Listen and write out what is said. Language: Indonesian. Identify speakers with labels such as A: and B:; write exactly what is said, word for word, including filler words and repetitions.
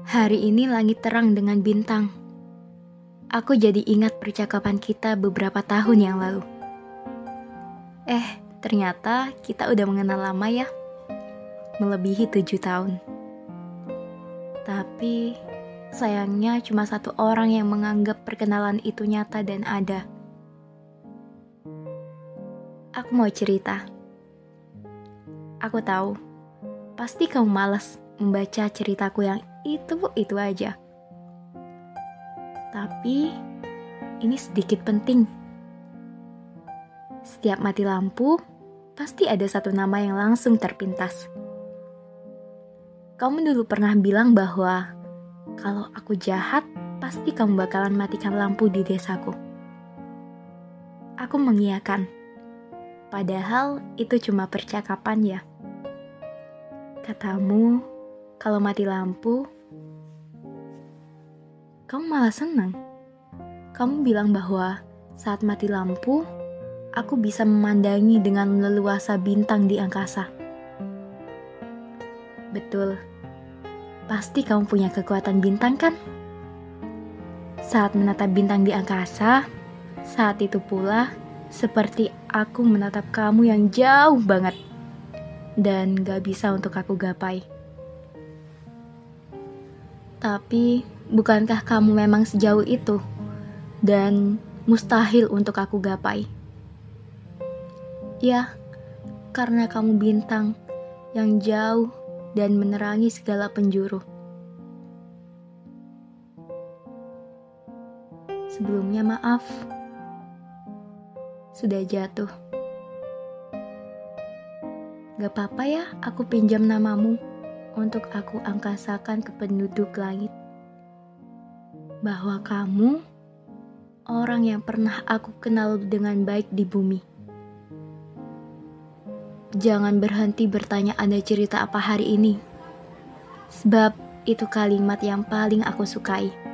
A: Hari ini langit terang dengan bintang. Aku jadi ingat percakapan kita beberapa tahun yang lalu. Eh, ternyata kita udah mengenal lama ya. Melebihi tujuh tahun. Tapi, sayangnya cuma satu orang yang menganggap perkenalan itu nyata dan ada. Aku mau cerita. Aku tahu, pasti kamu malas membaca ceritaku yang itu-itu aja. Tapi, ini sedikit penting. Setiap mati lampu, pasti ada satu nama yang langsung terpintas. Kamu dulu pernah bilang bahwa kalau aku jahat, pasti kamu bakalan matikan lampu di desaku. Aku mengiyakan. Padahal itu cuma percakapan ya. Katamu, kalau mati lampu, kamu malah senang. Kamu bilang bahwa saat mati lampu, aku bisa memandangi dengan leluasa bintang di angkasa. Betul, pasti kamu punya kekuatan bintang kan? Saat menatap bintang di angkasa, saat itu pula seperti aku menatap kamu yang jauh banget dan gak bisa untuk aku gapai. Tapi, bukankah kamu memang sejauh itu dan mustahil untuk aku gapai? Ya, karena kamu bintang yang jauh dan menerangi segala penjuru. Sebelumnya maaf, sudah jatuh. Gak apa-apa ya aku pinjam namamu untuk aku angkasakan ke penduduk langit. Bahwa kamu orang yang pernah aku kenal dengan baik di bumi. Jangan berhenti bertanya ada cerita apa hari ini. Sebab itu kalimat yang paling aku sukai.